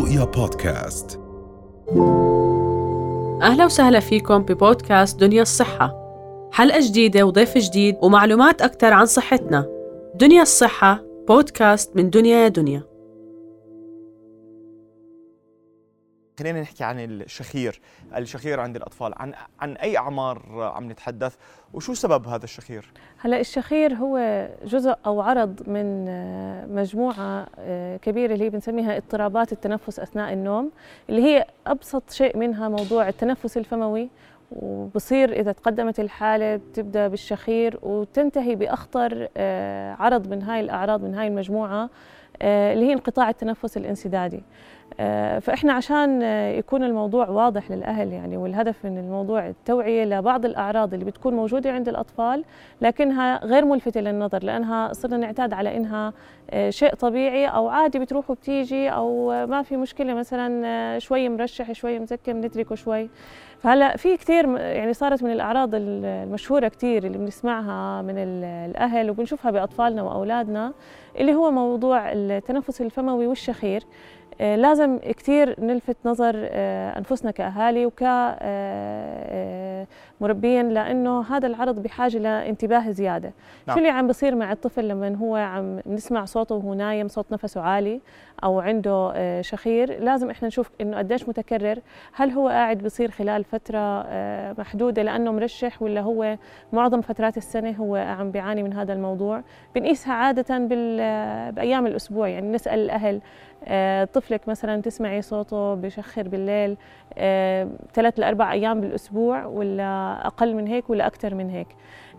رؤيا بودكاست. أهلا وسهلا فيكم ببودكاست دنيا الصحة، حلقة جديدة وضيف جديد ومعلومات أكثر عن صحتنا. دنيا الصحة بودكاست من دنيا يا دنيا. خلينا نحكي عن الشخير عند الأطفال. عن أي أعمار عم نتحدث وشو سبب هذا الشخير؟ هلا الشخير هو جزء أو عرض من مجموعة كبيرة اللي هي بنسميها اضطرابات التنفس أثناء النوم، اللي هي أبسط شيء منها موضوع التنفس الفموي، وبصير إذا تقدمت الحالة بتبدأ بالشخير وتنتهي بأخطر عرض من هاي الأعراض من هاي المجموعة اللي هي انقطاع التنفس الانسدادي. فإحنا عشان يكون الموضوع واضح للأهل يعني، والهدف من الموضوع التوعية لبعض الأعراض اللي بتكون موجودة عند الأطفال لكنها غير ملفتة للنظر، لأنها صرنا نعتاد على إنها شيء طبيعي أو عادي بتروح وبتيجي أو ما في مشكلة، مثلا شوي مرشح شوي مسكم نتركه شوي. فهلا في كثير يعني صارت من الأعراض المشهورة كثير اللي بنسمعها من الأهل وبنشوفها بأطفالنا وأولادنا، اللي هو موضوع التنفس الفموي والشخير. لازم كثير نلفت نظر أنفسنا كأهالي وكمربين، لأنه هذا العرض بحاجة لانتباه زيادة. نعم. شو اللي عم بصير مع الطفل لما هو عم نسمع صوته وهو نايم، صوت نفسه عالي أو عنده شخير؟ لازم إحنا نشوف إنه قديش متكرر، هل هو قاعد بصير خلال فترة محدودة لأنه مرشح، ولا هو معظم فترات السنة هو عم بيعاني من هذا الموضوع. بنقيسها عادة بأيام الأسبوع، يعني نسأل الأهل طفلك مثلا تسمعي صوته بشخر بالليل 3 ل4 أيام بالأسبوع، ولا أقل من هيك ولا أكثر من هيك؟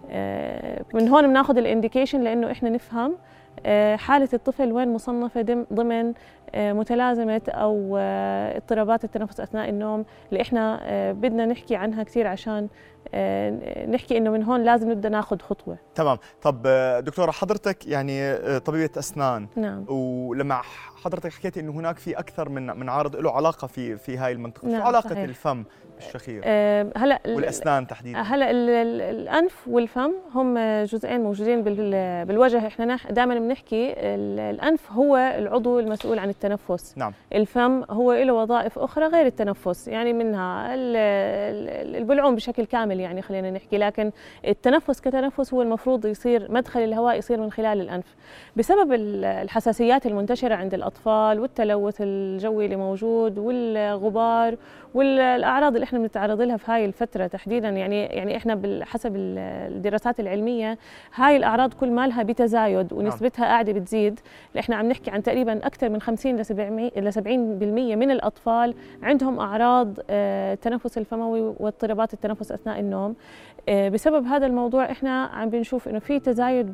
من هون بناخذ الانديكيشن لأنه إحنا نفهم حالة الطفل وين مصنفة ضمن متلازمة أو اضطرابات التنفس أثناء النوم، اللي إحنا بدنا نحكي عنها كثير عشان نحكي إنه من هون لازم نبدأ ناخذ خطوة. تمام. طب دكتورة، حضرتك يعني طبيبة أسنان. نعم. ولما حضرتك حكيتي إنه هناك في أكثر من عارض له علاقة في هاي المنطقة. نعم، شو علاقة صحيح. الفم بالشخير هلا والأسنان تحديدا؟ هلا الأنف والفم هم جزئين موجودين بالوجه. احنا دائما بنحكي الأنف هو العضو المسؤول عن التنفس. نعم. الفم هو له وظائف أخرى غير التنفس، يعني منها البلعوم بشكل كامل، يعني خلينا نحكي، لكن التنفس كتنفس هو المفروض يصير مدخل الهواء يصير من خلال الأنف. بسبب الحساسيات المنتشرة عند الأطفال والتلوث الجوي اللي موجود والغبار والأعراض اللي احنا بنتعرض لها في هاي الفترة تحديدا، يعني احنا حسب الدراسات العلمية هاي الأعراض كل ما لها بتزايد ونسبتها قاعدة بتزيد. احنا عم نحكي عن تقريبا أكثر من 50 ل 70% من الأطفال عندهم أعراض التنفس الفموي واضطرابات التنفس أثناء النوم. بسبب هذا الموضوع احنا عم بنشوف انه في تزايد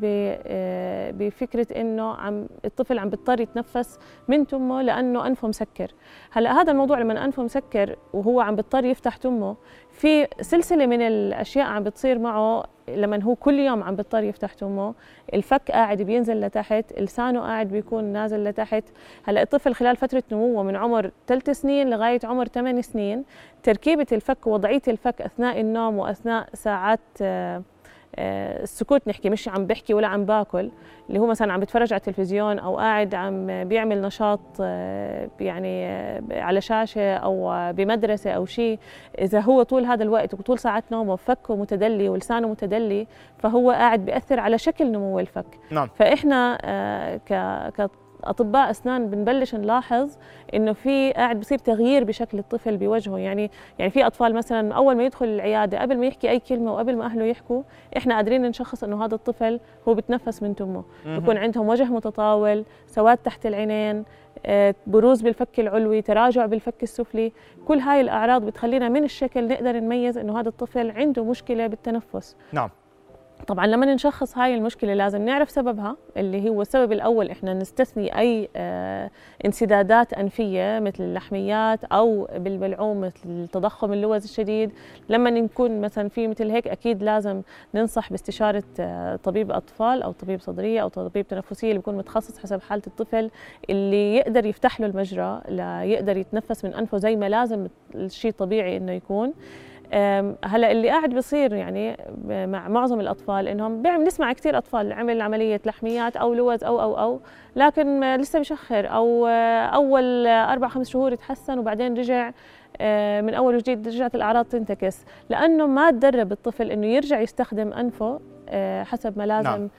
بفكره انه الطفل عم بيضطر يتنفس من تمه لانه انفه مسكر. هلا هذا الموضوع لما انفه مسكر وهو عم بيضطر يفتح تمه، في سلسله من الاشياء عم بتصير معه لما هو كل يوم عم بيضطر يفتح تمه. الفك قاعد بينزل لتحت، لسانه قاعد بيكون نازل لتحت. هلا الطفل خلال فتره نموه من عمر 3 سنين لغايه عمر 8 سنين، تركيبه الفك ووضعيه الفك اثناء النوم واثناء ساعات السكوت، نحكي مش عم بحكي ولا عم باكل، اللي هو مثلا عم بتفرج على التلفزيون او قاعد عم بيعمل نشاط يعني على شاشه او بمدرسه او شيء، اذا هو طول هذا الوقت وطول ساعات نومه فكه متدلي ولسانه متدلي، فهو قاعد بيأثر على شكل نمو الفك. نعم. فاحنا كأطباء أسنان بنبلش نلاحظ إنه في قاعد بصير تغيير بشكل الطفل بوجهه. يعني في أطفال مثلا أول ما يدخل العيادة قبل ما يحكي أي كلمة وقبل ما أهله يحكوا، إحنا قادرين نشخص إنه هذا الطفل هو بتنفس من تمه. بيكون عندهم وجه متطاول، سواد تحت العينين، بروز بالفك العلوي، تراجع بالفك السفلي. كل هاي الأعراض بتخلينا من الشكل نقدر نميز إنه هذا الطفل عنده مشكلة بالتنفس. نعم. طبعا لما نشخص هاي المشكلة لازم نعرف سببها، اللي هو السبب الأول إحنا نستثني أي انسدادات أنفية مثل اللحميات أو بالبلعوم مثل التضخم اللوز الشديد. لما نكون مثلا في مثل هيك أكيد لازم ننصح باستشارة طبيب أطفال أو طبيب صدرية أو طبيب تنفسية اللي بيكون متخصص حسب حالة الطفل، اللي يقدر يفتح له المجرى، لا يقدر يتنفس من أنفه زي ما لازم الشيء طبيعي إنه يكون. هلا اللي قاعد بصير يعني مع معظم الاطفال انهم بنسمع كثير اطفال عمل عمليه لحميات او لوز او لكن لسه بشخر او اول 4-5 شهور يتحسن وبعدين رجع من اول وجديد رجعت الاعراض تنتكس، لانه ما تدرب الطفل انه يرجع يستخدم انفه حسب ما لازم. نعم.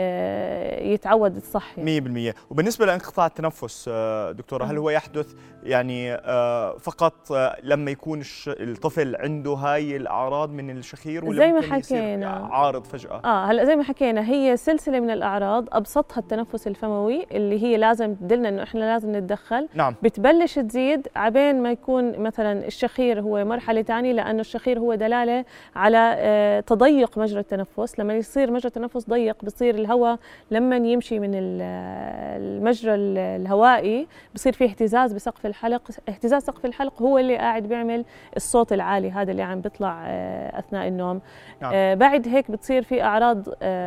يتعود الصحي 100%. وبالنسبه لانقطاع التنفس دكتوره، هل هو يحدث يعني فقط لما يكون الطفل عنده هاي الاعراض من الشخير، ولا زي ما ممكن يصير عارض فجاه؟ هلا زي ما حكينا هي سلسله من الاعراض، ابسطها التنفس الفموي اللي هي لازم تدلنا انه احنا لازم نتدخل. نعم. بتبلش تزيد عبين ما يكون مثلا الشخير هو مرحله ثانيه، لانه الشخير هو دلاله على تضيق مجرى التنفس. لما يصير مجرى التنفس ضيق بصير الهواء لما يمشي من المجرى الهوائي بصير فيه اهتزاز بسقف الحلق. اهتزاز سقف الحلق هو اللي قاعد بيعمل الصوت العالي هذا اللي عم بيطلع اثناء النوم. نعم. بعد هيك بتصير في اعراض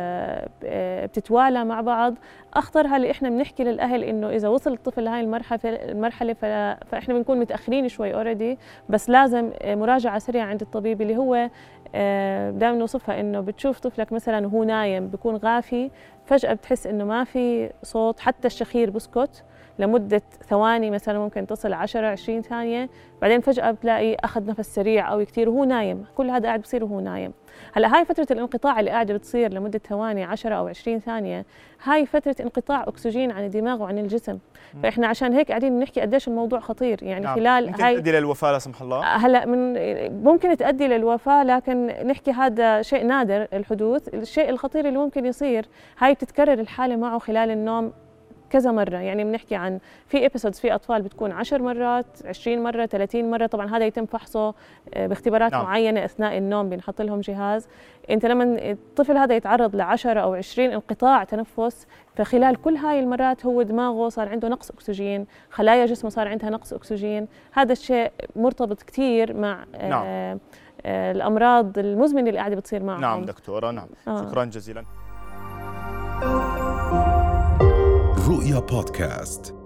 بتتوالى مع بعض. اخطرها اللي احنا بنحكي للاهل انه اذا وصل الطفل لهي المرحله فاحنا بنكون متاخرين شوي اوريدي، بس لازم مراجعه سريعه عند الطبيب اللي هو دائما نوصفها انه بتشوف طفلك مثلا وهو نايم بيكون غافي، فجأة بتحس انه ما في صوت، حتى الشخير بسكت لمدة ثواني مثلا ممكن تصل 10-20 ثانية، بعدين فجأة بتلاقي أخذ نفس سريع أو كثير وهو نايم. كل هذا قاعد بصير وهو نايم. هلا هاي فترة الانقطاع اللي قاعدة بتصير لمدة ثواني 10 أو 20 ثانية، هاي فترة انقطاع أكسجين عن الدماغ وعن الجسم. فإحنا عشان هيك قاعدين نحكي قديش الموضوع خطير. يعني نعم. خلال ممكن تؤدي للوفاة لا سمح الله. هلا ممكن تؤدي للوفاة، لكن نحكي هذا شيء نادر الحدوث. الشيء الخطير اللي ممكن يصير هاي بتتكرر الحالة معه خلال النوم كذا مرة. يعني بنحكي عن في ابيسودز في أطفال بتكون 10 مرات 20 مرة 30 مرة. طبعا هذا يتم فحصه باختبارات نعم. معينة أثناء النوم، بنحط لهم جهاز. أنت لما الطفل هذا يتعرض ل10 أو 20 انقطاع تنفس، فخلال كل هاي المرات هو دماغه صار عنده نقص أكسجين، خلايا جسمه صار عندها نقص أكسجين. هذا الشيء مرتبط كثير مع نعم. الأمراض المزمنة اللي قاعدة بتصير معهم. نعم دكتورة. نعم. شكرا جزيلا. رؤيا بودكاست.